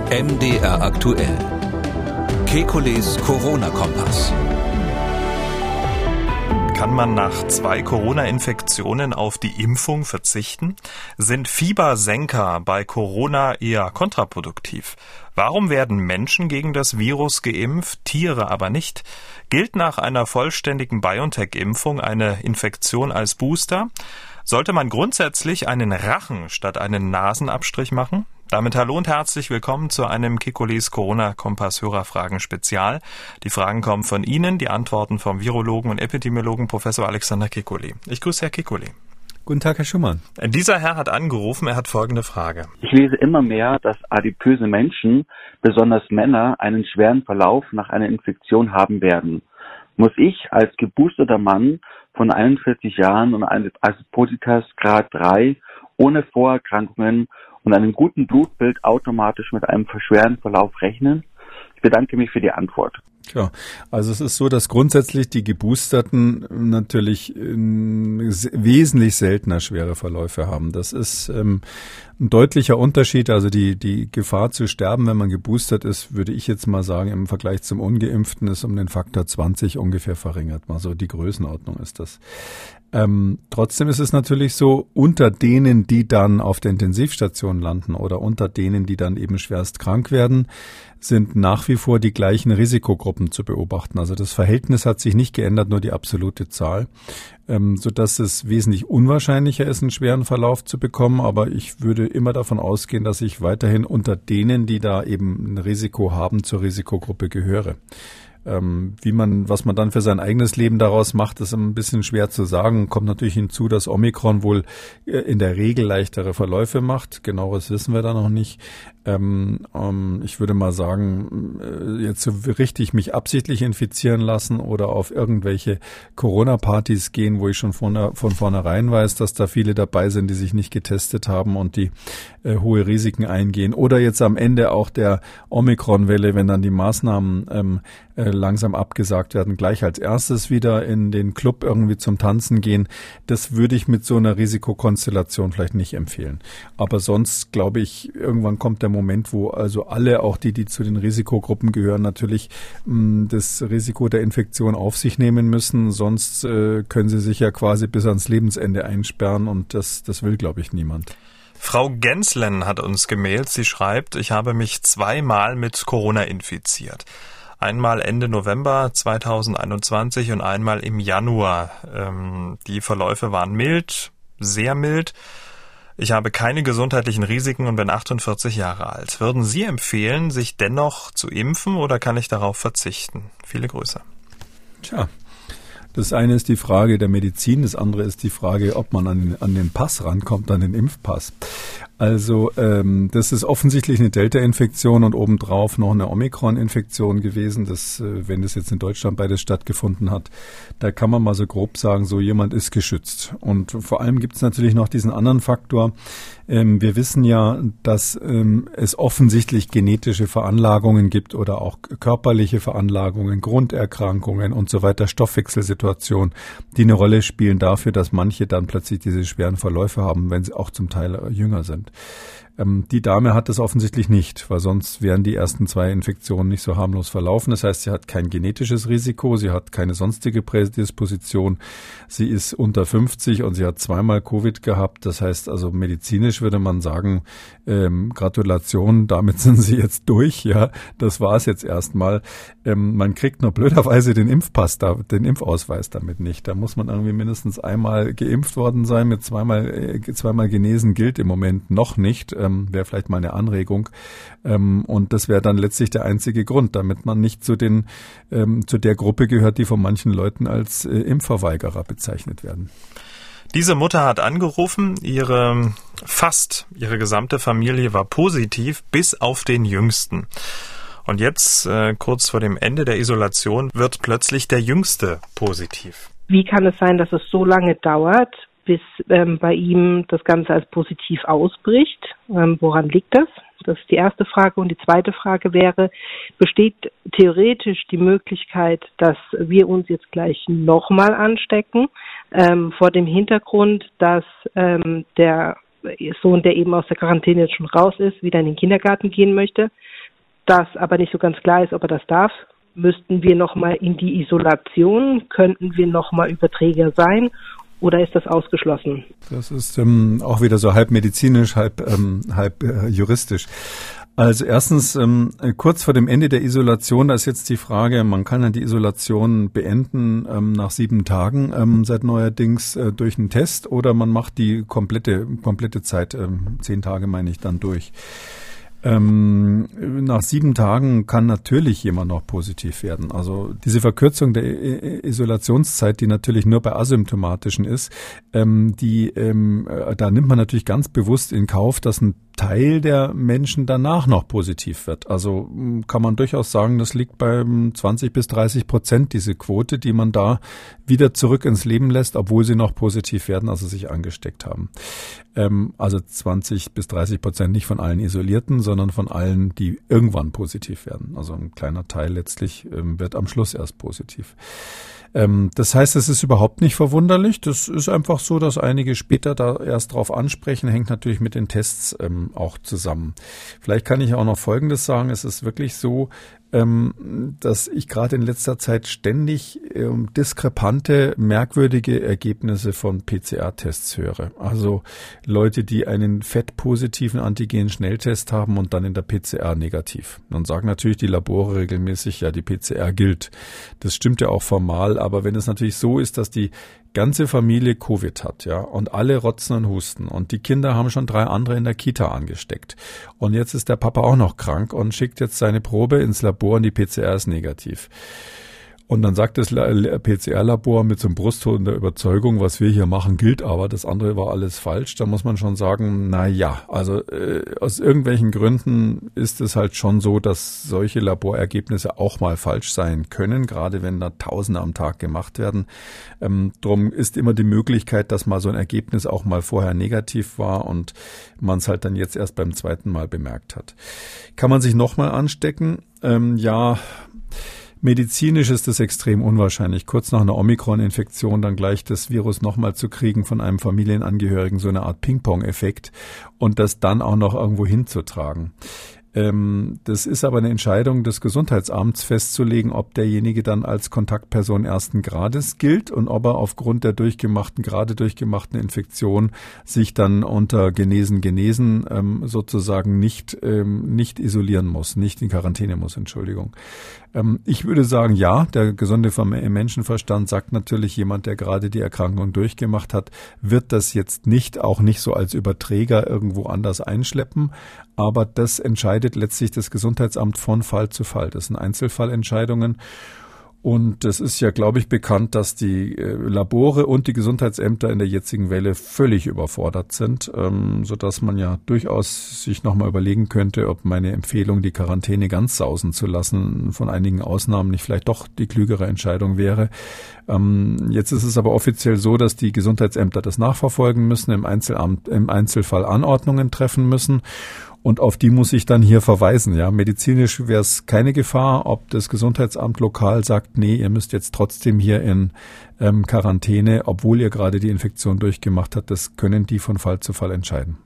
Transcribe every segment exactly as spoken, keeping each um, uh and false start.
M D R aktuell. Kekules Corona-Kompass. Kann man nach zwei Corona-Infektionen auf die Impfung verzichten? Sind Fiebersenker bei Corona eher kontraproduktiv? Warum werden Menschen gegen das Virus geimpft, Tiere aber nicht? Gilt nach einer vollständigen BioNTech-Impfung eine Infektion als Booster? Sollte man grundsätzlich einen Rachen statt einen Nasenabstrich machen? Damit hallo und herzlich willkommen zu einem Kekules Corona-Kompass-Hörerfragen-Spezial. Die Fragen kommen von Ihnen, die Antworten vom Virologen und Epidemiologen Professor Alexander Kekulé. Ich grüße Herr Kekulé. Guten Tag, Herr Schumann. Dieser Herr hat angerufen, er hat folgende Frage. Ich lese immer mehr, dass adipöse Menschen, besonders Männer, einen schweren Verlauf nach einer Infektion haben werden. Muss ich als geboosterter Mann von einundvierzig Jahren und als Adipositas Grad drei ohne Vorerkrankungen und einem guten Blutbild automatisch mit einem schweren Verlauf rechnen? Ich bedanke mich für die Antwort. Ja, also es ist so, dass grundsätzlich die Geboosterten natürlich äh, wesentlich seltener schwere Verläufe haben. Das ist ähm, ein deutlicher Unterschied. Also die die Gefahr zu sterben, wenn man geboostert ist, würde ich jetzt mal sagen, im Vergleich zum Ungeimpften ist um den Faktor zwanzig ungefähr verringert. Mal so die Größenordnung ist das. Ähm, trotzdem ist es natürlich so, unter denen, die dann auf der Intensivstation landen oder unter denen, die dann eben schwerst krank werden, sind nach wie vor die gleichen Risikogruppen zu beobachten. Also das Verhältnis hat sich nicht geändert, nur die absolute Zahl, ähm, sodass es wesentlich unwahrscheinlicher ist, einen schweren Verlauf zu bekommen. Aber ich würde immer davon ausgehen, dass ich weiterhin unter denen, die da eben ein Risiko haben, zur Risikogruppe gehöre. Ähm, wie man, was man dann für sein eigenes Leben daraus macht, ist ein bisschen schwer zu sagen. Kommt natürlich hinzu, dass Omikron wohl äh, in der Regel leichtere Verläufe macht. Genaueres wissen wir da noch nicht. Ähm, ähm, ich würde mal sagen, äh, jetzt so richtig mich absichtlich infizieren lassen oder auf irgendwelche Corona-Partys gehen, wo ich schon von, von vornherein weiß, dass da viele dabei sind, die sich nicht getestet haben und die äh, hohe Risiken eingehen. Oder jetzt am Ende auch der Omikron-Welle, wenn dann die Maßnahmen ähm, äh, langsam abgesagt werden, gleich als erstes wieder in den Club irgendwie zum Tanzen gehen. Das würde ich mit so einer Risikokonstellation vielleicht nicht empfehlen. Aber sonst glaube ich, irgendwann kommt der Moment, wo also alle, auch die, die zu den Risikogruppen gehören, natürlich mh, das Risiko der Infektion auf sich nehmen müssen. Sonst äh, können sie sich ja quasi bis ans Lebensende einsperren und das, das will, glaube ich, niemand. Frau Genslen hat uns gemailt. Sie schreibt, ich habe mich zweimal mit Corona infiziert. Einmal Ende November zweitausendeinundzwanzig und einmal im Januar. Ähm, die Verläufe waren mild, sehr mild. Ich habe keine gesundheitlichen Risiken und bin achtundvierzig Jahre alt. Würden Sie empfehlen, sich dennoch zu impfen oder kann ich darauf verzichten? Viele Grüße. Tja, das eine ist die Frage der Medizin, das andere ist die Frage, ob man an den, an den Pass rankommt, an den Impfpass. Also ähm, das ist offensichtlich eine Delta-Infektion und obendrauf noch eine Omikron-Infektion gewesen. Das, äh, wenn das jetzt in Deutschland beides stattgefunden hat, da kann man mal so grob sagen, so jemand ist geschützt. Und vor allem gibt es natürlich noch diesen anderen Faktor. Ähm, wir wissen ja, dass ähm, es offensichtlich genetische Veranlagungen gibt oder auch körperliche Veranlagungen, Grunderkrankungen und so weiter, Stoffwechselsituationen, die eine Rolle spielen dafür, dass manche dann plötzlich diese schweren Verläufe haben, wenn sie auch zum Teil jünger sind. Ähm, die Dame hat das offensichtlich nicht, weil sonst wären die ersten zwei Infektionen nicht so harmlos verlaufen. Das heißt, sie hat kein genetisches Risiko, sie hat keine sonstige Prädisposition, sie ist unter fünfzig und sie hat zweimal Covid gehabt. Das heißt also, medizinisch würde man sagen, ähm, Gratulation, damit sind sie jetzt durch. Ja, das war es jetzt erstmal. Ähm, man kriegt nur blöderweise den Impfpass, da, den Impfausweis damit nicht. Da muss man irgendwie mindestens einmal geimpft worden sein. Mit zweimal, äh, zweimal genesen gilt im Moment noch nicht. Ähm, wäre vielleicht mal eine Anregung. Ähm, und das wäre dann letztlich der einzige Grund, damit man nicht zu den ähm, zu der Gruppe gehört, die von manchen Leuten als äh, Impfverweigerer bezeichnet werden. Diese Mutter hat angerufen, ihre fast ihre gesamte Familie war positiv, bis auf den Jüngsten. Und jetzt, äh, kurz vor dem Ende der Isolation, wird plötzlich der Jüngste positiv. Wie kann es sein, dass es so lange dauert, bis ähm, bei ihm das Ganze als positiv ausbricht? Ähm, woran liegt das? Das ist die erste Frage. Und die zweite Frage wäre, besteht theoretisch die Möglichkeit, dass wir uns jetzt gleich nochmal anstecken, ähm, vor dem Hintergrund, dass ähm, der Sohn, der eben aus der Quarantäne jetzt schon raus ist, wieder in den Kindergarten gehen möchte, das aber nicht so ganz klar ist, ob er das darf, müssten wir nochmal in die Isolation, könnten wir nochmal Überträger sein oder ist das ausgeschlossen? Das ist ähm, auch wieder so halb medizinisch, halb, ähm, halb äh, juristisch. Also erstens, ähm, kurz vor dem Ende der Isolation, da ist jetzt die Frage, man kann ja die Isolation beenden ähm, nach sieben Tagen ähm, seit neuerdings äh, durch einen Test oder man macht die komplette komplette Zeit, ähm, zehn Tage meine ich, dann durch. Ähm, nach sieben Tagen kann natürlich jemand noch positiv werden. Also diese Verkürzung der Isolationszeit, die natürlich nur bei Asymptomatischen ist, ähm, die ähm, da nimmt man natürlich ganz bewusst in Kauf, dass ein Teil der Menschen danach noch positiv wird. Also kann man durchaus sagen, das liegt bei zwanzig bis dreißig Prozent, diese Quote, die man da wieder zurück ins Leben lässt, obwohl sie noch positiv werden, also sich angesteckt haben. Ähm, also zwanzig bis dreißig Prozent nicht von allen Isolierten, sondern von allen, die irgendwann positiv werden. Also ein kleiner Teil letztlich ähm, wird am Schluss erst positiv. Ähm, das heißt, es ist überhaupt nicht verwunderlich. Das ist einfach so, dass einige später da erst drauf ansprechen, hängt natürlich mit den Tests ähm, auch zusammen. Vielleicht kann ich auch noch Folgendes sagen. Es ist wirklich so, ähm, dass ich gerade in letzter Zeit ständig ähm, diskrepante, merkwürdige Ergebnisse von P C R-Tests höre. Also Leute, die einen fettpositiven Antigen-Schnelltest haben und dann in der P C R negativ. Dann sagen natürlich die Labore regelmäßig, ja, die P C R gilt. Das stimmt ja auch formal, aber wenn es natürlich so ist, dass die ganze Familie Covid hat, ja, und alle rotzen und husten und die Kinder haben schon drei andere in der Kita angesteckt und jetzt ist der Papa auch noch krank und schickt jetzt seine Probe ins Labor und die P C R ist negativ. Und dann sagt das P C R-Labor mit so einem Brustton der Überzeugung, was wir hier machen, gilt aber, das andere war alles falsch. Da muss man schon sagen, na ja, also äh, aus irgendwelchen Gründen ist es halt schon so, dass solche Laborergebnisse auch mal falsch sein können, gerade wenn da Tausende am Tag gemacht werden. Ähm, drum ist immer die Möglichkeit, dass mal so ein Ergebnis auch mal vorher negativ war und man es halt dann jetzt erst beim zweiten Mal bemerkt hat. Kann man sich nochmal anstecken? Ähm, ja, medizinisch ist es extrem unwahrscheinlich, kurz nach einer Omikron-Infektion dann gleich das Virus nochmal zu kriegen von einem Familienangehörigen, so eine Art Ping-Pong-Effekt und das dann auch noch irgendwo hinzutragen. Ähm, das ist aber eine Entscheidung des Gesundheitsamts festzulegen, ob derjenige dann als Kontaktperson ersten Grades gilt und ob er aufgrund der durchgemachten, gerade durchgemachten Infektion sich dann unter Genesen, Genesen ähm, sozusagen nicht, ähm, nicht isolieren muss, nicht in Quarantäne muss, Entschuldigung. Ähm, ich würde sagen, ja, der gesunde Menschenverstand sagt natürlich, jemand, der gerade die Erkrankung durchgemacht hat, wird das jetzt nicht, auch nicht so als Überträger irgendwo anders einschleppen. Aber das entscheidet letztlich das Gesundheitsamt von Fall zu Fall. Das sind Einzelfallentscheidungen. Und es ist ja, glaube ich, bekannt, dass die äh, Labore und die Gesundheitsämter in der jetzigen Welle völlig überfordert sind, ähm, sodass man ja durchaus sich nochmal überlegen könnte, ob meine Empfehlung, die Quarantäne ganz sausen zu lassen, von einigen Ausnahmen nicht vielleicht doch die klügere Entscheidung wäre. Ähm, jetzt ist es aber offiziell so, dass die Gesundheitsämter das nachverfolgen müssen, im Einzelamt, im Einzelfall Anordnungen treffen müssen. Und auf die muss ich dann hier verweisen. Ja, medizinisch wäre es keine Gefahr, ob das Gesundheitsamt lokal sagt, nee, ihr müsst jetzt trotzdem hier in ähm, Quarantäne, obwohl ihr gerade die Infektion durchgemacht habt. Das können die von Fall zu Fall entscheiden.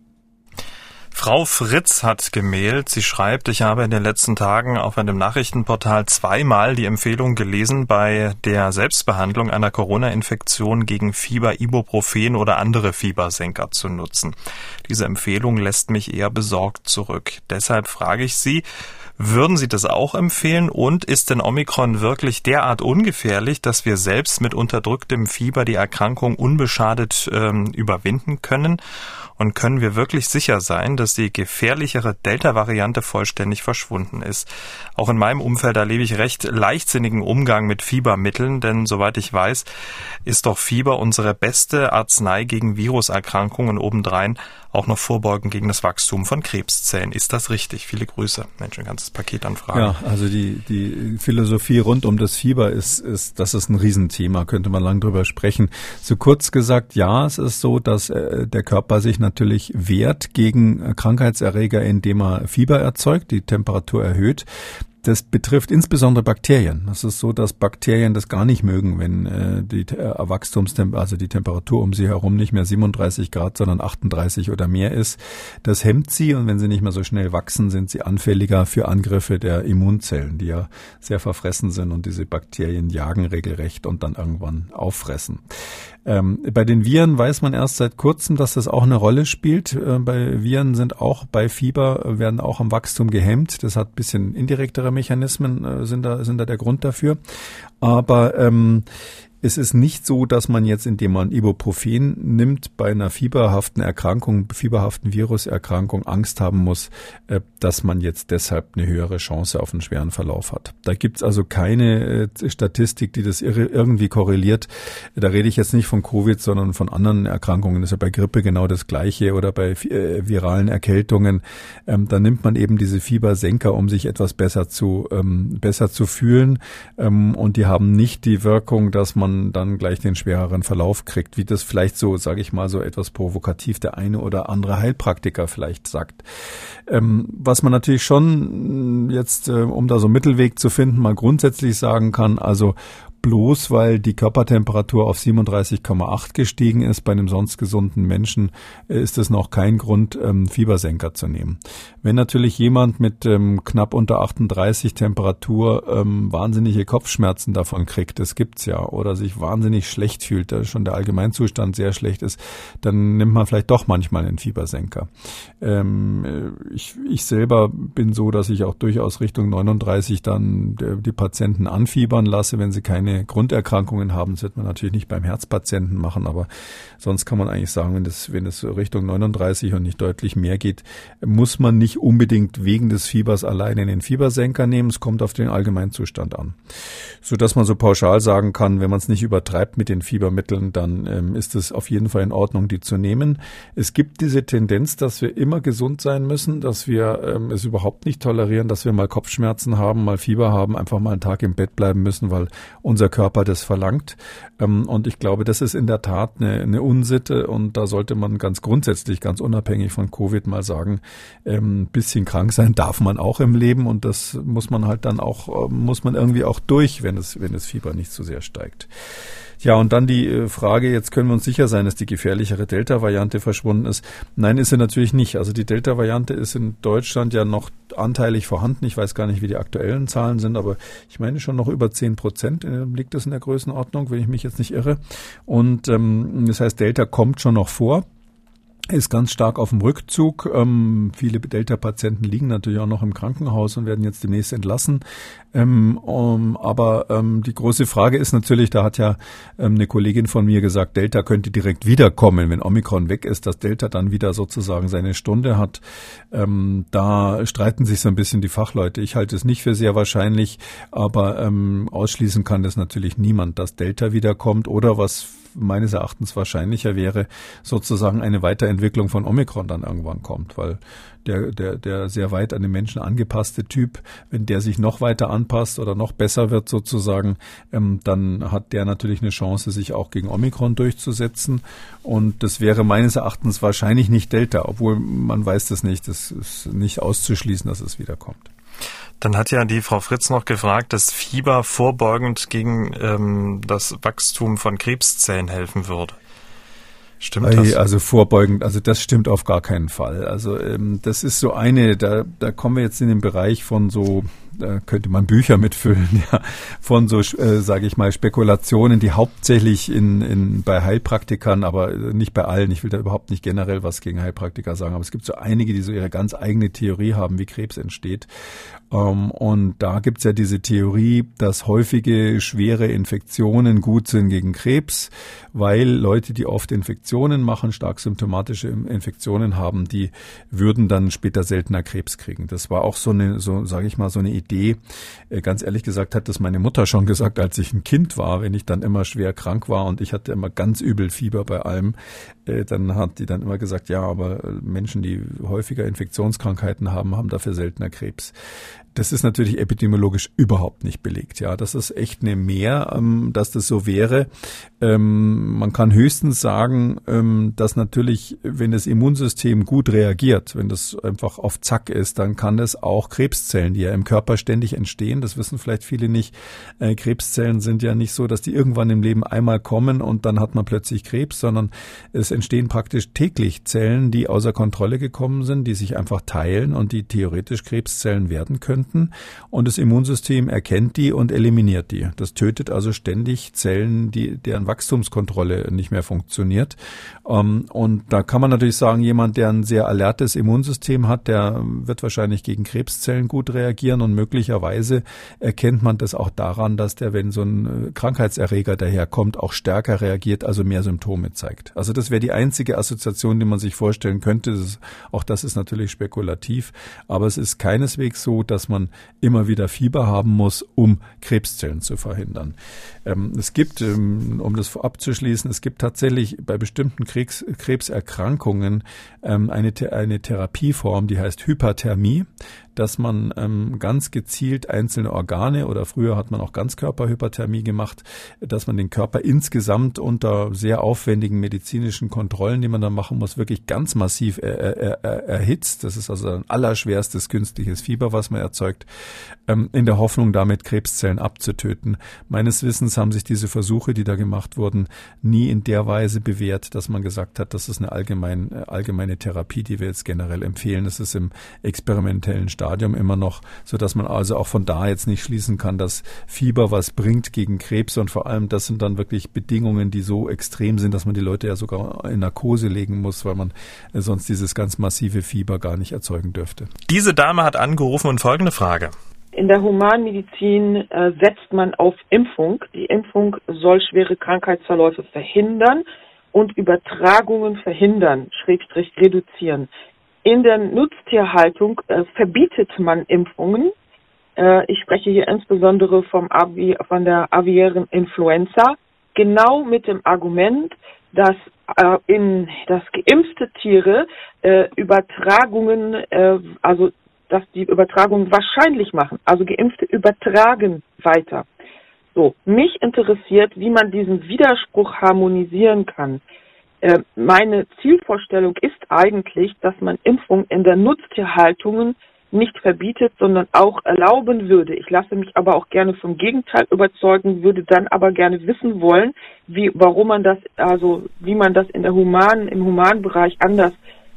Frau Fritz hat gemailt. Sie schreibt, ich habe in den letzten Tagen auf einem Nachrichtenportal zweimal die Empfehlung gelesen, bei der Selbstbehandlung einer Corona-Infektion gegen Fieber Ibuprofen oder andere Fiebersenker zu nutzen. Diese Empfehlung lässt mich eher besorgt zurück. Deshalb frage ich Sie, würden Sie das auch empfehlen und ist denn Omikron wirklich derart ungefährlich, dass wir selbst mit unterdrücktem Fieber die Erkrankung unbeschadet ähm, überwinden können? Und können wir wirklich sicher sein, dass die gefährlichere Delta-Variante vollständig verschwunden ist? Auch in meinem Umfeld erlebe ich recht leichtsinnigen Umgang mit Fiebermitteln, denn soweit ich weiß, ist doch Fieber unsere beste Arznei gegen Viruserkrankungen und obendrein auch noch vorbeugen gegen das Wachstum von Krebszellen. Ist das richtig? Viele Grüße. Mensch, ein ganzes Paket an Fragen. Ja, also die, die Philosophie rund um das Fieber ist, ist, das ist ein Riesenthema, könnte man lang drüber sprechen. So kurz gesagt, ja, es ist so, dass äh, der Körper sich natürlich wehrt gegen Krankheitserreger, indem er Fieber erzeugt, die Temperatur erhöht. Das betrifft insbesondere Bakterien. Das ist so, dass Bakterien das gar nicht mögen, wenn äh, die äh, Wachstumstemperatur, also die Temperatur um sie herum nicht mehr siebenunddreißig Grad, sondern achtunddreißig oder mehr ist. Das hemmt sie und wenn sie nicht mehr so schnell wachsen, sind sie anfälliger für Angriffe der Immunzellen, die ja sehr verfressen sind und diese Bakterien jagen regelrecht und dann irgendwann auffressen. Ähm, bei den Viren weiß man erst seit kurzem, dass das auch eine Rolle spielt. Äh, bei Viren sind auch bei Fieber, äh, werden auch am Wachstum gehemmt. Das hat ein bisschen indirektere Mechanismen, äh, sind da, sind da der Grund dafür. Aber ähm, es ist nicht so, dass man jetzt, indem man Ibuprofen nimmt, bei einer fieberhaften Erkrankung, fieberhaften Viruserkrankung Angst haben muss, dass man jetzt deshalb eine höhere Chance auf einen schweren Verlauf hat. Da gibt's also keine Statistik, die das irgendwie korreliert. Da rede ich jetzt nicht von Covid, sondern von anderen Erkrankungen. Das ist ja bei Grippe genau das Gleiche oder bei viralen Erkältungen. Da nimmt man eben diese Fiebersenker, um sich etwas besser zu, besser zu fühlen. Und die haben nicht die Wirkung, dass man dann gleich den schwereren Verlauf kriegt, wie das vielleicht so, sage ich mal, so etwas provokativ der eine oder andere Heilpraktiker vielleicht sagt. Ähm, was man natürlich schon jetzt, äh, um da so einen Mittelweg zu finden, mal grundsätzlich sagen kann, also bloß weil die Körpertemperatur auf siebenunddreißig Komma acht gestiegen ist bei einem sonst gesunden Menschen, ist es noch kein Grund, ähm, Fiebersenker zu nehmen. Wenn natürlich jemand mit ähm, knapp unter achtunddreißig Temperatur ähm, wahnsinnige Kopfschmerzen davon kriegt, das gibt's ja, oder sich wahnsinnig schlecht fühlt, da schon der Allgemeinzustand sehr schlecht ist, dann nimmt man vielleicht doch manchmal einen Fiebersenker. Ähm, ich, ich selber bin so, dass ich auch durchaus Richtung neununddreißig dann die, die Patienten anfiebern lasse, wenn sie keine Grunderkrankungen haben. Das wird man natürlich nicht beim Herzpatienten machen, aber sonst kann man eigentlich sagen, wenn das, wenn es Richtung neununddreißig und nicht deutlich mehr geht, muss man nicht unbedingt wegen des Fiebers alleine den Fiebersenker nehmen. Es kommt auf den Allgemeinzustand an. Sodass man so pauschal sagen kann, wenn man es nicht übertreibt mit den Fiebermitteln, dann ähm, ist es auf jeden Fall in Ordnung, die zu nehmen. Es gibt diese Tendenz, dass wir immer gesund sein müssen, dass wir ähm, es überhaupt nicht tolerieren, dass wir mal Kopfschmerzen haben, mal Fieber haben, einfach mal einen Tag im Bett bleiben müssen, weil unser Körper das verlangt. Und ich glaube, das ist in der Tat eine, eine Unsitte und da sollte man ganz grundsätzlich, ganz unabhängig von Covid mal sagen, ein bisschen krank sein darf man auch im Leben und das muss man halt dann auch, muss man irgendwie auch durch, wenn es, wenn das Fieber nicht zu sehr steigt. Ja, und dann die Frage, jetzt können wir uns sicher sein, dass die gefährlichere Delta-Variante verschwunden ist. Nein, ist sie natürlich nicht. Also die Delta-Variante ist in Deutschland ja noch anteilig vorhanden. Ich weiß gar nicht, wie die aktuellen Zahlen sind, aber ich meine schon noch über zehn Prozent liegt das in der Größenordnung, wenn ich mich jetzt nicht irre. Und ähm, das heißt, Delta kommt schon noch vor. Ist ganz stark auf dem Rückzug. Ähm, viele Delta-Patienten liegen natürlich auch noch im Krankenhaus und werden jetzt demnächst entlassen. Ähm, um, aber ähm, die große Frage ist natürlich, da hat ja ähm, eine Kollegin von mir gesagt, Delta könnte direkt wiederkommen, wenn Omikron weg ist, dass Delta dann wieder sozusagen seine Stunde hat. Ähm, da streiten sich so ein bisschen die Fachleute. Ich halte es nicht für sehr wahrscheinlich, aber ähm, ausschließen kann das natürlich niemand, dass Delta wiederkommt oder was meines Erachtens wahrscheinlicher wäre, sozusagen eine Weiterentwicklung von Omikron dann irgendwann kommt, weil der, der, der sehr weit an den Menschen angepasste Typ, wenn der sich noch weiter anpasst oder noch besser wird sozusagen, ähm, dann hat der natürlich eine Chance, sich auch gegen Omikron durchzusetzen und das wäre meines Erachtens wahrscheinlich nicht Delta, obwohl man weiß das nicht, das ist nicht auszuschließen, dass es wiederkommt. Dann hat ja die Frau Fritz noch gefragt, dass Fieber vorbeugend gegen ähm, das Wachstum von Krebszellen helfen würde. Stimmt das? Also vorbeugend, also das stimmt auf gar keinen Fall. Also ähm, das ist so eine, da, da kommen wir jetzt in den Bereich von so, da könnte man Bücher mitfüllen, ja, von so, äh, sage ich mal, Spekulationen, die hauptsächlich in, in bei Heilpraktikern, aber nicht bei allen. Ich will da überhaupt nicht generell was gegen Heilpraktiker sagen, aber es gibt so einige, die so ihre ganz eigene Theorie haben, wie Krebs entsteht. Um, und da gibt's ja diese Theorie, dass häufige schwere Infektionen gut sind gegen Krebs, weil Leute, die oft Infektionen machen, stark symptomatische Infektionen haben, die würden dann später seltener Krebs kriegen. Das war auch so eine, so sage ich mal, so eine Idee. Äh, ganz ehrlich gesagt hat das meine Mutter schon gesagt, als ich ein Kind war, wenn ich dann immer schwer krank war und ich hatte immer ganz übel Fieber bei allem, äh, dann hat die dann immer gesagt, ja, aber Menschen, die häufiger Infektionskrankheiten haben, haben dafür seltener Krebs. Das ist natürlich epidemiologisch überhaupt nicht belegt. Ja, das ist echt eine Mehr, ähm, dass das so wäre. Ähm, man kann höchstens sagen, ähm, dass natürlich, wenn das Immunsystem gut reagiert, wenn das einfach auf Zack ist, dann kann es auch Krebszellen, die ja im Körper ständig entstehen. Das wissen vielleicht viele nicht. Äh, Krebszellen sind ja nicht so, dass die irgendwann im Leben einmal kommen und dann hat man plötzlich Krebs, sondern es entstehen praktisch täglich Zellen, die außer Kontrolle gekommen sind, die sich einfach teilen und die theoretisch Krebszellen werden könnten. Und das Immunsystem erkennt die und eliminiert die. Das tötet also ständig Zellen, die, deren Wachstumskontrolle nicht mehr funktioniert. Ähm, und da kann man natürlich sagen, jemand, der ein sehr alertes Immunsystem hat, der wird wahrscheinlich gegen Krebszellen gut reagieren und möglicherweise erkennt man das auch daran, dass der, wenn so ein Krankheitserreger daherkommt, auch stärker reagiert, also mehr Symptome zeigt. Also das wäre die einzige Assoziation, die man sich vorstellen könnte. Das ist, auch das ist natürlich spekulativ, aber es ist keineswegs so, dass man immer wieder Fieber haben muss, um Krebszellen zu verhindern. Ähm, es gibt, ähm, um das abzuschließen, es gibt tatsächlich bei bestimmten Krebs, Krebserkrankungen ähm, eine, eine Therapieform, die heißt Hyperthermie, dass man ähm, ganz gezielt einzelne Organe oder früher hat man auch Ganzkörperhyperthermie gemacht, dass man den Körper insgesamt unter sehr aufwendigen medizinischen Kontrollen, die man dann machen muss, wirklich ganz massiv er, er, er, erhitzt. Das ist also ein allerschwerstes künstliches Fieber, was man erzeugt, ähm, in der Hoffnung, damit Krebszellen abzutöten. Meines Wissens haben sich diese Versuche, die da gemacht wurden, nie in der Weise bewährt, dass man gesagt hat, das ist eine allgemein, allgemeine Therapie, die wir jetzt generell empfehlen. Das ist im experimentellen Stadium immer noch, so dass man also auch von da jetzt nicht schließen kann, dass Fieber was bringt gegen Krebs und vor allem das sind dann wirklich Bedingungen, die so extrem sind, dass man die Leute ja sogar in Narkose legen muss, weil man äh, sonst dieses ganz massive Fieber gar nicht erzeugen dürfte. Diese Dame hat angerufen und folgende Frage. In der Humanmedizin äh, setzt man auf Impfung. Die Impfung soll schwere Krankheitsverläufe verhindern und Übertragungen verhindern, Schrägstrich reduzieren. In der Nutztierhaltung äh, verbietet man Impfungen. Äh, ich spreche hier insbesondere vom Avi- von der aviären Influenza, genau mit dem Argument, dass äh, in dass geimpfte Tiere äh, Übertragungen, äh, also dass die Übertragungen wahrscheinlich machen. Also Geimpfte übertragen weiter. So, mich interessiert, wie man diesen Widerspruch harmonisieren kann. Äh, meine Zielvorstellung ist eigentlich, dass man Impfung in der Nutztierhaltung nicht verbietet, sondern auch erlauben würde. Ich lasse mich aber auch gerne vom Gegenteil überzeugen, würde dann aber gerne wissen wollen, wie, warum man das, also wie man das in der humanen, im Humanbereich anders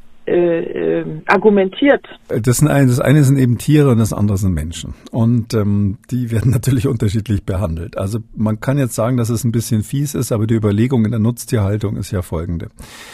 Äh, äh, argumentiert. Das, sind ein, das eine sind eben Tiere und das andere sind Menschen. Und ähm, die werden natürlich unterschiedlich behandelt. Also man kann jetzt sagen, dass es ein bisschen fies ist, aber die Überlegung in der Nutztierhaltung ist ja folgende.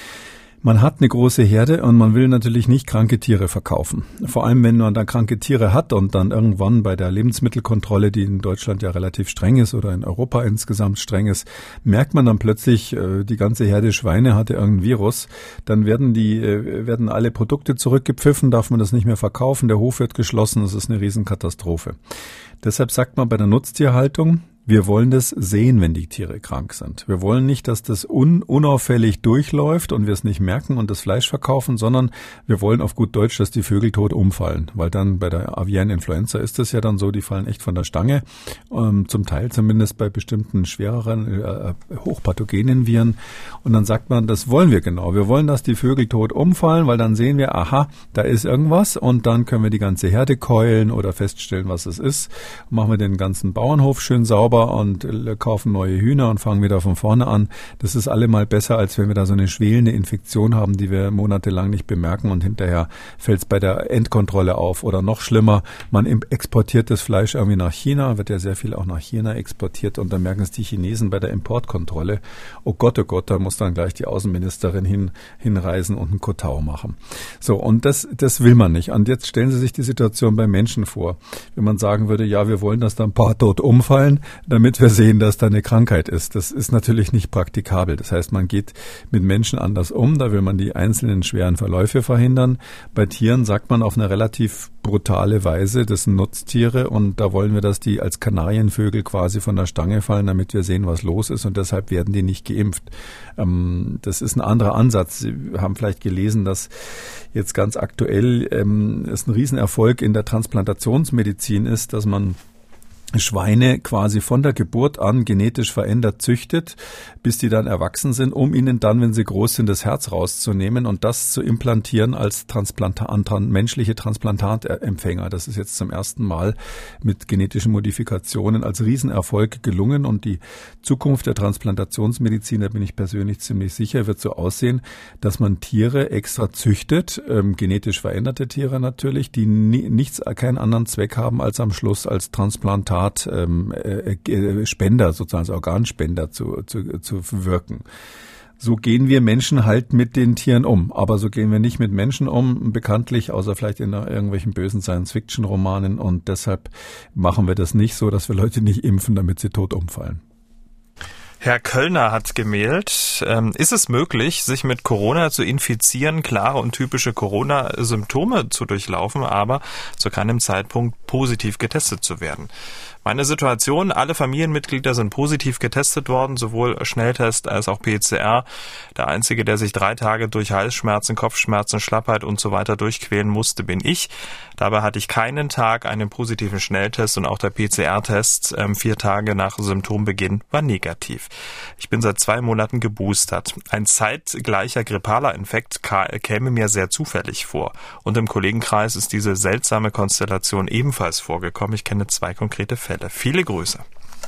Man hat eine große Herde und man will natürlich nicht kranke Tiere verkaufen. Vor allem, wenn man dann kranke Tiere hat und dann irgendwann bei der Lebensmittelkontrolle, die in Deutschland ja relativ streng ist oder in Europa insgesamt streng ist, merkt man dann plötzlich, die ganze Herde Schweine hatte irgendein Virus. Dann werden die, werden alle Produkte zurückgepfiffen, darf man das nicht mehr verkaufen, der Hof wird geschlossen, das ist eine Riesenkatastrophe. Deshalb sagt man bei der Nutztierhaltung, wir wollen das sehen, wenn die Tiere krank sind. Wir wollen nicht, dass das un- unauffällig durchläuft und wir es nicht merken und das Fleisch verkaufen, sondern wir wollen auf gut Deutsch, dass die Vögel tot umfallen. Weil dann bei der aviären Influenza ist es ja dann so, die fallen echt von der Stange. Ähm, zum Teil zumindest bei bestimmten schwereren, äh, hochpathogenen Viren. Und dann sagt man, das wollen wir genau. Wir wollen, dass die Vögel tot umfallen, weil dann sehen wir, aha, da ist irgendwas und dann können wir die ganze Herde keulen oder feststellen, was es ist. Und machen wir den ganzen Bauernhof schön sauber und kaufen neue Hühner und fangen wieder von vorne an. Das ist allemal besser, als wenn wir da so eine schwelende Infektion haben, die wir monatelang nicht bemerken und hinterher fällt es bei der Endkontrolle auf. Oder noch schlimmer, man exportiert das Fleisch irgendwie nach China, wird ja sehr viel auch nach China exportiert und dann merken es die Chinesen bei der Importkontrolle. Oh Gott, oh Gott, da muss dann gleich die Außenministerin hin, hinreisen und einen Kotau machen. So, und das, das will man nicht. Und jetzt stellen Sie sich die Situation bei Menschen vor. Wenn man sagen würde, ja, wir wollen, dass da ein paar tot umfallen, damit wir sehen, dass da eine Krankheit ist. Das ist natürlich nicht praktikabel. Das heißt, man geht mit Menschen anders um. Da will man die einzelnen schweren Verläufe verhindern. Bei Tieren sagt man auf eine relativ brutale Weise, das sind Nutztiere und da wollen wir, dass die als Kanarienvögel quasi von der Stange fallen, damit wir sehen, was los ist und deshalb werden die nicht geimpft. Ähm, das ist ein anderer Ansatz. Sie haben vielleicht gelesen, dass jetzt ganz aktuell ähm, es ein Riesenerfolg in der Transplantationsmedizin ist, dass man Schweine quasi von der Geburt an genetisch verändert züchtet, bis die dann erwachsen sind, um ihnen dann, wenn sie groß sind, das Herz rauszunehmen und das zu implantieren als Transplantat, menschliche Transplantatempfänger. Das ist jetzt zum ersten Mal mit genetischen Modifikationen als Riesenerfolg gelungen und die Zukunft der Transplantationsmedizin, da bin ich persönlich ziemlich sicher, wird so aussehen, dass man Tiere extra züchtet, ähm, genetisch veränderte Tiere natürlich, die nie, nichts, keinen anderen Zweck haben, als am Schluss als Transplantat Ähm, äh, Spender, sozusagen als Organspender zu, zu, zu wirken. So gehen wir Menschen halt mit den Tieren um. Aber so gehen wir nicht mit Menschen um, bekanntlich, außer vielleicht in irgendwelchen bösen Science-Fiction-Romanen. Und deshalb machen wir das nicht so, dass wir Leute nicht impfen, damit sie tot umfallen. Herr Köllner hat gemailt, ähm, ist es möglich, sich mit Corona zu infizieren, klare und typische Corona-Symptome zu durchlaufen, aber zu keinem Zeitpunkt positiv getestet zu werden? Meine Situation, alle Familienmitglieder sind positiv getestet worden, sowohl Schnelltest als auch P C R. Der Einzige, der sich drei Tage durch Halsschmerzen, Kopfschmerzen, Schlappheit und so weiter durchquälen musste, bin ich. Dabei hatte ich keinen Tag einen positiven Schnelltest und auch der P C R-Test ähm, vier Tage nach Symptombeginn war negativ. Ich bin seit zwei Monaten geboostert. Ein zeitgleicher grippaler Infekt käme mir sehr zufällig vor. Und im Kollegenkreis ist diese seltsame Konstellation ebenfalls vorgekommen. Ich kenne zwei konkrete Fälle. Viele Grüße.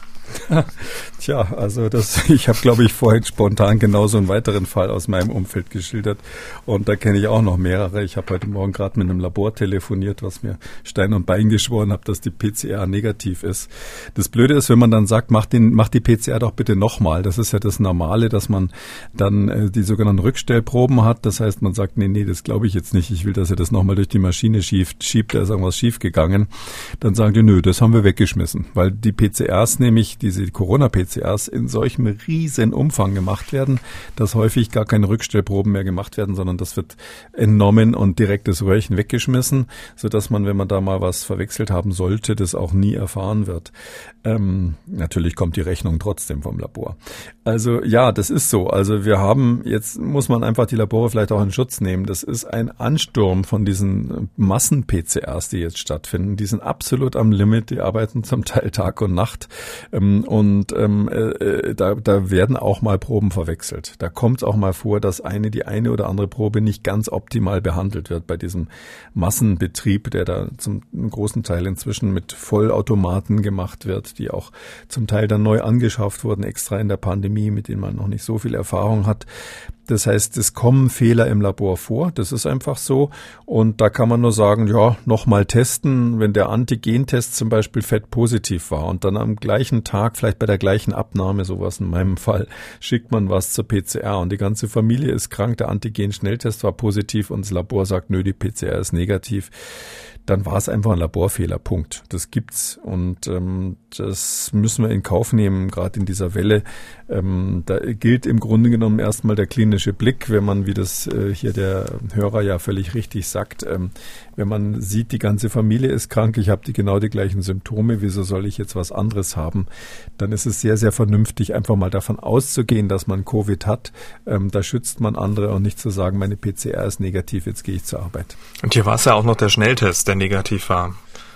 Tja, also das, ich habe, glaube ich, vorhin spontan genauso einen weiteren Fall aus meinem Umfeld geschildert und da kenne ich auch noch mehrere. Ich habe heute Morgen gerade mit einem Labor telefoniert, was mir Stein und Bein geschworen hat, dass die P C R negativ ist. Das Blöde ist, wenn man dann sagt, mach, den, mach die P C R doch bitte nochmal. Das ist ja das Normale, dass man dann äh, die sogenannten Rückstellproben hat. Das heißt, man sagt, nee, nee, das glaube ich jetzt nicht. Ich will, dass er das nochmal durch die Maschine schiebt, schiebt, da ist irgendwas schief gegangen. Dann sagen die, nö, das haben wir weggeschmissen, weil die P C Rs nämlich, diese Corona-P C Rs in solchem riesen Umfang gemacht werden, dass häufig gar keine Rückstellproben mehr gemacht werden, sondern das wird entnommen und direkt das Röhrchen weggeschmissen, sodass man, wenn man da mal was verwechselt haben sollte, das auch nie erfahren wird. Ähm, natürlich kommt die Rechnung trotzdem vom Labor. Also ja, das ist so. Also wir haben, jetzt muss man einfach die Labore vielleicht auch in Schutz nehmen. Das ist ein Ansturm von diesen Massen-P C Rs, die jetzt stattfinden. Die sind absolut am Limit, die arbeiten zum Teil Tag und Nacht. Ähm, und ähm, äh, da, da werden auch mal Proben verwechselt. Da kommt es auch mal vor, dass eine, die eine oder andere Probe nicht ganz optimal behandelt wird bei diesem Massenbetrieb, der da zum großen Teil inzwischen mit Vollautomaten gemacht wird, die auch zum Teil dann neu angeschafft wurden, extra in der Pandemie, mit denen man noch nicht so viel Erfahrung hat. Das heißt, es kommen Fehler im Labor vor, das ist einfach so. Und da kann man nur sagen, ja, nochmal testen, wenn der Antigentest zum Beispiel fettpositiv war und dann am gleichen Tag, vielleicht bei der gleichen Abnahme, sowas in meinem Fall, schickt man was zur P C R und die ganze Familie ist krank, der Antigen-Schnelltest war positiv und das Labor sagt, nö, die P C R ist negativ. Dann war es einfach ein Laborfehler, Punkt. Das gibt's und ähm, das müssen wir in Kauf nehmen, gerade in dieser Welle. Ähm, da gilt im Grunde genommen erstmal der klinische Blick, wenn man, wie das äh, hier der Hörer ja völlig richtig sagt, ähm, wenn man sieht, die ganze Familie ist krank, ich habe die genau die gleichen Symptome, wieso soll ich jetzt was anderes haben? Dann ist es sehr, sehr vernünftig, einfach mal davon auszugehen, dass man Covid hat. Ähm, da schützt man andere und nicht zu sagen, meine P C R ist negativ, jetzt gehe ich zur Arbeit. Und hier war es ja auch noch der Schnelltest, der negativ war.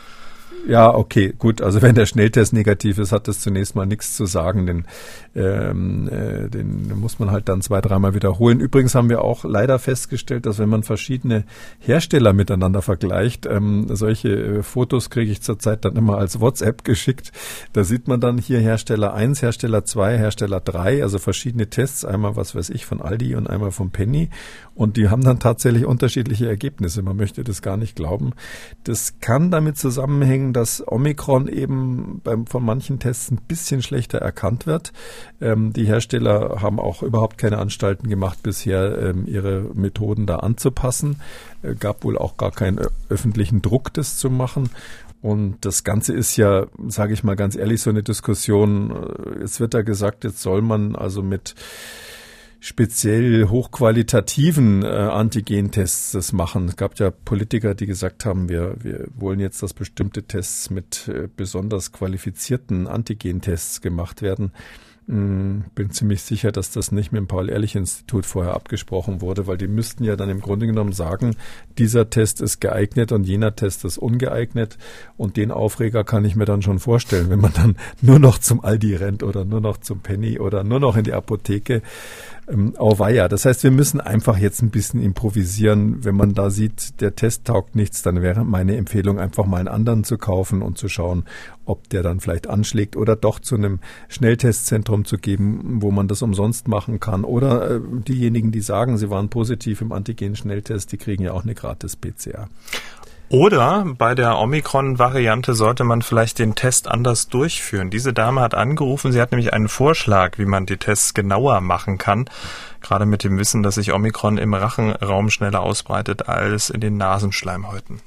Ja, okay, gut. Also wenn der Schnelltest negativ ist, hat das zunächst mal nichts zu sagen. Den, ähm, äh, den muss man halt dann zwei, dreimal wiederholen. Übrigens haben wir auch leider festgestellt, dass wenn man verschiedene Hersteller miteinander vergleicht, ähm, solche äh, Fotos kriege ich zurzeit dann immer als WhatsApp geschickt. Da sieht man dann hier Hersteller eins, Hersteller zwei, Hersteller drei, also verschiedene Tests. Einmal, was weiß ich, von Aldi und einmal von Penny. Und die haben dann tatsächlich unterschiedliche Ergebnisse. Man möchte das gar nicht glauben. Das kann damit zusammenhängen, dass Omikron eben beim, von manchen Tests ein bisschen schlechter erkannt wird. Ähm, die Hersteller haben auch überhaupt keine Anstalten gemacht, bisher ähm, ihre Methoden da anzupassen. Äh, gab wohl auch gar keinen ö- öffentlichen Druck, das zu machen. Und das Ganze ist ja, sage ich mal ganz ehrlich, so eine Diskussion. Jetzt wird da gesagt, jetzt soll man also mit speziell hochqualitativen äh, Antigentests das machen. Es gab ja Politiker, die gesagt haben, wir, wir wollen jetzt, dass bestimmte Tests mit äh, besonders qualifizierten Antigentests gemacht werden. Bin ziemlich sicher, dass das nicht mit dem Paul-Ehrlich-Institut vorher abgesprochen wurde, weil die müssten ja dann im Grunde genommen sagen, dieser Test ist geeignet und jener Test ist ungeeignet. Und den Aufreger kann ich mir dann schon vorstellen, wenn man dann nur noch zum Aldi rennt oder nur noch zum Penny oder nur noch in die Apotheke. Ähm, auweia. Das heißt, wir müssen einfach jetzt ein bisschen improvisieren. Wenn man da sieht, der Test taugt nichts, dann wäre meine Empfehlung, einfach mal einen anderen zu kaufen und zu schauen, ob der dann vielleicht anschlägt oder doch zu einem Schnelltestzentrum zu geben, wo man das umsonst machen kann. Oder äh, diejenigen, die sagen, sie waren positiv im Antigen-Schnelltest, die kriegen ja auch eine gratis P C R. Oder bei der Omikron-Variante sollte man vielleicht den Test anders durchführen. Diese Dame hat angerufen, sie hat nämlich einen Vorschlag, wie man die Tests genauer machen kann. Gerade mit dem Wissen, dass sich Omikron im Rachenraum schneller ausbreitet als in den Nasenschleimhäuten.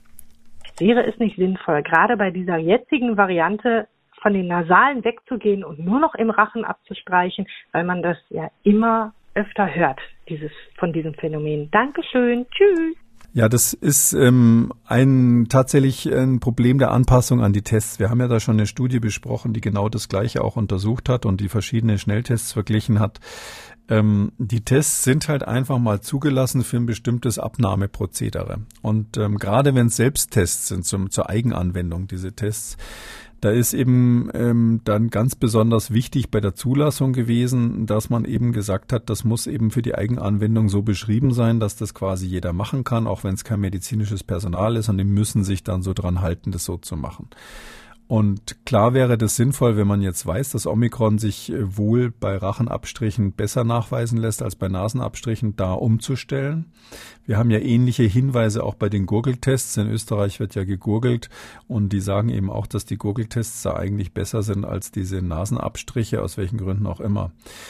Wäre es nicht sinnvoll, gerade bei dieser jetzigen Variante von den Nasalen wegzugehen und nur noch im Rachen abzustreichen, weil man das ja immer öfter hört, dieses von diesem Phänomen. Dankeschön, tschüss. Ja, das ist ähm, ein tatsächlich ein Problem der Anpassung an die Tests. Wir haben ja da schon eine Studie besprochen, die genau das Gleiche auch untersucht hat und die verschiedenen Schnelltests verglichen hat. Ähm, die Tests sind halt einfach mal zugelassen für ein bestimmtes Abnahmeprozedere. Und ähm, gerade wenn es Selbsttests sind zum, zur Eigenanwendung, diese Tests, da ist eben ähm, dann ganz besonders wichtig bei der Zulassung gewesen, dass man eben gesagt hat, das muss eben für die Eigenanwendung so beschrieben sein, dass das quasi jeder machen kann, auch wenn es kein medizinisches Personal ist, und die müssen sich dann so dran halten, das so zu machen. Und klar wäre das sinnvoll, wenn man jetzt weiß, dass Omikron sich wohl bei Rachenabstrichen besser nachweisen lässt als bei Nasenabstrichen, da umzustellen. Wir haben ja ähnliche Hinweise auch bei den Gurgeltests. In Österreich wird ja gegurgelt und die sagen eben auch, dass die Gurgeltests da eigentlich besser sind als diese Nasenabstriche, aus welchen Gründen auch immer.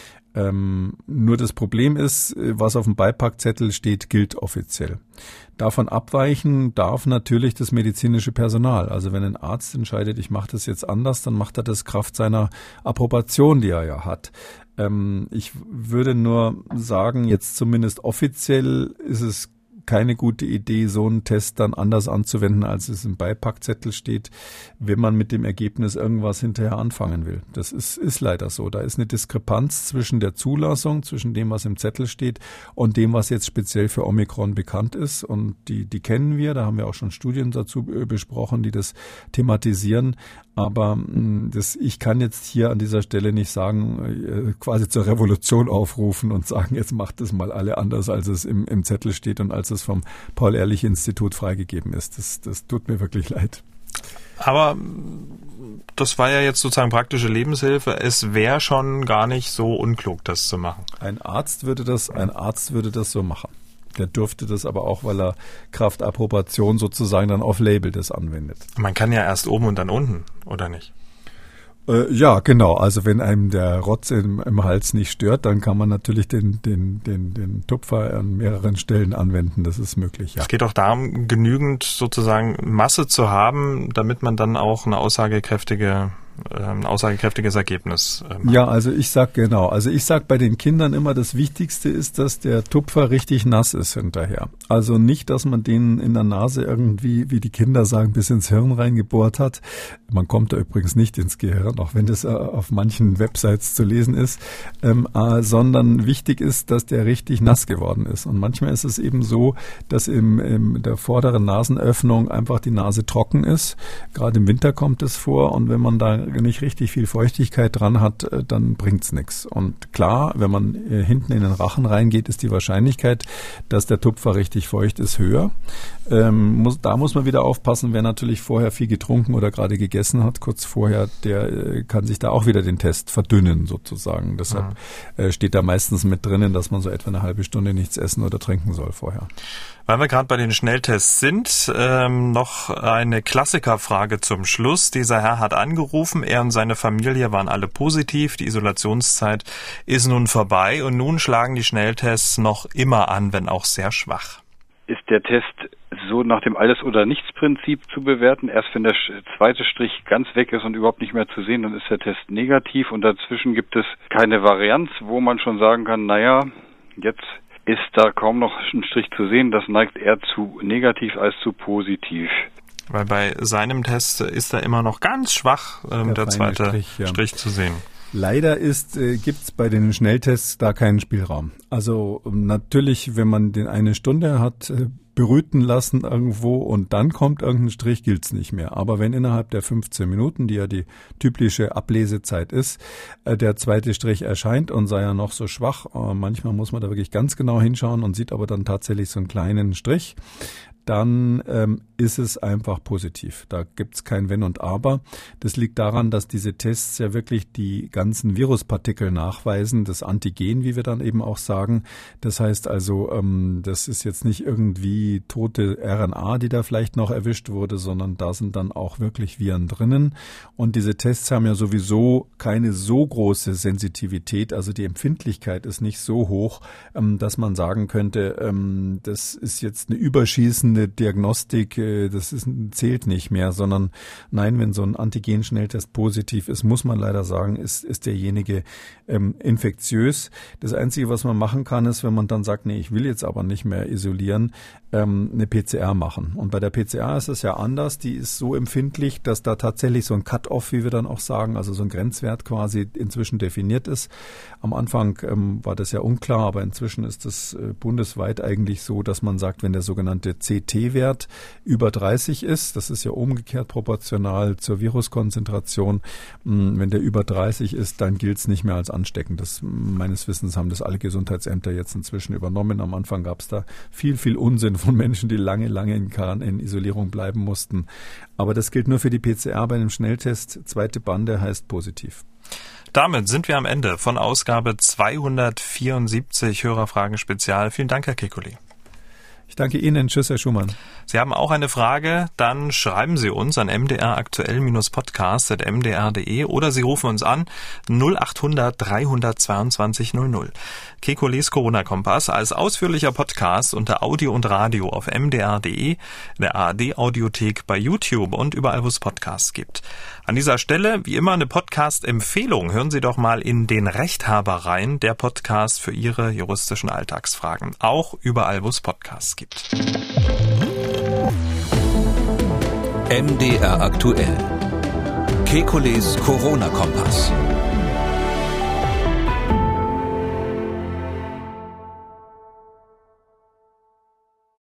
Ähm, nur das Problem ist, was auf dem Beipackzettel steht, gilt offiziell. Davon abweichen darf natürlich das medizinische Personal. Also wenn ein Arzt entscheidet, ich mache das jetzt anders, dann macht er das Kraft seiner Approbation, die er ja hat. Ähm, ich würde nur sagen, jetzt zumindest offiziell ist es keine gute Idee, so einen Test dann anders anzuwenden, als es im Beipackzettel steht, wenn man mit dem Ergebnis irgendwas hinterher anfangen will. Das ist, ist leider so. Da ist eine Diskrepanz zwischen der Zulassung, zwischen dem, was im Zettel steht und dem, was jetzt speziell für Omikron bekannt ist. Und die, die kennen wir, da haben wir auch schon Studien dazu besprochen, die das thematisieren. Aber das, ich kann jetzt hier an dieser Stelle nicht sagen, quasi zur Revolution aufrufen und sagen, jetzt macht es mal alle anders, als es im, im Zettel steht und als es vom Paul-Ehrlich-Institut freigegeben ist. Das, das tut mir wirklich leid. Aber das war ja jetzt sozusagen praktische Lebenshilfe. Es wäre schon gar nicht so unklug, das zu machen. Ein Arzt würde das, ein Arzt würde das so machen. Der dürfte das aber auch, weil er Kraft Approbation sozusagen dann off-label das anwendet. Man kann ja erst oben und dann unten, oder nicht? Äh, ja, genau. Also wenn einem der Rotz im, im Hals nicht stört, dann kann man natürlich den, den, den, den Tupfer an mehreren Stellen anwenden. Das ist möglich, ja. Es geht auch darum, genügend sozusagen Masse zu haben, damit man dann auch eine aussagekräftige ein aussagekräftiges Ergebnis äh, Ja, also ich sag genau, also ich sag bei den Kindern immer, das Wichtigste ist, dass der Tupfer richtig nass ist hinterher. Also nicht, dass man den in der Nase irgendwie, wie die Kinder sagen, bis ins Hirn reingebohrt hat. Man kommt da übrigens nicht ins Gehirn, auch wenn das äh, auf manchen Websites zu lesen ist, ähm, äh, sondern wichtig ist, dass der richtig nass geworden ist. Und manchmal ist es eben so, dass im, in der vorderen Nasenöffnung einfach die Nase trocken ist. Gerade im Winter kommt es vor, und wenn man da nicht richtig viel Feuchtigkeit dran hat, dann bringt's nichts. Und klar, wenn man hinten in den Rachen reingeht, ist die Wahrscheinlichkeit, dass der Tupfer richtig feucht ist, höher. Ähm, muss, da muss man wieder aufpassen, wer natürlich vorher viel getrunken oder gerade gegessen hat, kurz vorher, der äh, kann sich da auch wieder den Test verdünnen sozusagen. Deshalb ja. äh, steht da meistens mit drinnen, dass man so etwa eine halbe Stunde nichts essen oder trinken soll vorher. Weil wir gerade bei den Schnelltests sind, ähm, noch eine Klassikerfrage zum Schluss. Dieser Herr hat angerufen, er und seine Familie waren alle positiv, die Isolationszeit ist nun vorbei und nun schlagen die Schnelltests noch immer an, wenn auch sehr schwach. Ist der Test so nach dem Alles- oder Nichts-Prinzip zu bewerten? Erst wenn der zweite Strich ganz weg ist und überhaupt nicht mehr zu sehen, dann ist der Test negativ, und dazwischen gibt es keine Varianz, wo man schon sagen kann, naja, jetzt ist da kaum noch ein Strich zu sehen, das neigt eher zu negativ als zu positiv. Weil bei seinem Test ist da immer noch ganz schwach ähm, der, der zweite Strich, ja. Strich zu sehen. Leider ist, äh, gibt's bei den Schnelltests da keinen Spielraum. Also natürlich, wenn man den eine Stunde hat äh, berüten lassen irgendwo und dann kommt irgendein Strich, gilt's nicht mehr. Aber wenn innerhalb der fünfzehn Minuten, die ja die typische Ablesezeit ist, äh, der zweite Strich erscheint und sei ja noch so schwach, äh, manchmal muss man da wirklich ganz genau hinschauen und sieht aber dann tatsächlich so einen kleinen Strich, dann ähm, ist es einfach positiv. Da gibt's kein Wenn und Aber. Das liegt daran, dass diese Tests ja wirklich die ganzen Viruspartikel nachweisen, das Antigen, wie wir dann eben auch sagen. Das heißt also, ähm, das ist jetzt nicht irgendwie tote R N A, die da vielleicht noch erwischt wurde, sondern da sind dann auch wirklich Viren drinnen. Und diese Tests haben ja sowieso keine so große Sensitivität, also die Empfindlichkeit ist nicht so hoch, ähm, dass man sagen könnte, ähm, das ist jetzt eine überschießende Diagnostik, das ist, zählt nicht mehr, sondern nein, wenn so ein Antigen-Schnelltest positiv ist, muss man leider sagen, ist, ist derjenige ähm, infektiös. Das Einzige, was man machen kann, ist, wenn man dann sagt, nee, ich will jetzt aber nicht mehr isolieren, ähm, eine P C R machen. Und bei der P C R ist es ja anders, die ist so empfindlich, dass da tatsächlich so ein Cut-off, wie wir dann auch sagen, also so ein Grenzwert quasi inzwischen definiert ist. Am Anfang ähm, war das ja unklar, aber inzwischen ist es äh, bundesweit eigentlich so, dass man sagt, wenn der sogenannte C T-Wert über dreißig ist, das ist ja umgekehrt proportional zur Viruskonzentration, wenn der über dreißig ist, dann gilt es nicht mehr als ansteckend. Das, meines Wissens haben das alle Gesundheitsämter jetzt inzwischen übernommen. Am Anfang gab es da viel, viel Unsinn von Menschen, die lange, lange in, in Isolierung bleiben mussten. Aber das gilt nur für die P C R bei einem Schnelltest. Zweite Bande heißt positiv. Damit sind wir am Ende von Ausgabe zweihundertvierundsiebzig Hörerfragen Spezial. Vielen Dank, Herr Kekulé. Ich danke Ihnen. Tschüss, Herr Schumann. Sie haben auch eine Frage, dann schreiben Sie uns an m d r aktuell podcast at m d r punkt d e oder Sie rufen uns an null achthundert dreihundertzweiundzwanzig null null. Kekulés Corona-Kompass als ausführlicher Podcast unter Audio und Radio auf m d r punkt d e, der A R D-Audiothek, bei YouTube und überall, wo es Podcasts gibt. An dieser Stelle, wie immer, eine Podcast-Empfehlung. Hören Sie doch mal in den Rechthaber rein, der Podcast für Ihre juristischen Alltagsfragen. Auch überall, wo es Podcasts gibt. M D R aktuell. Kekulés Corona-Kompass.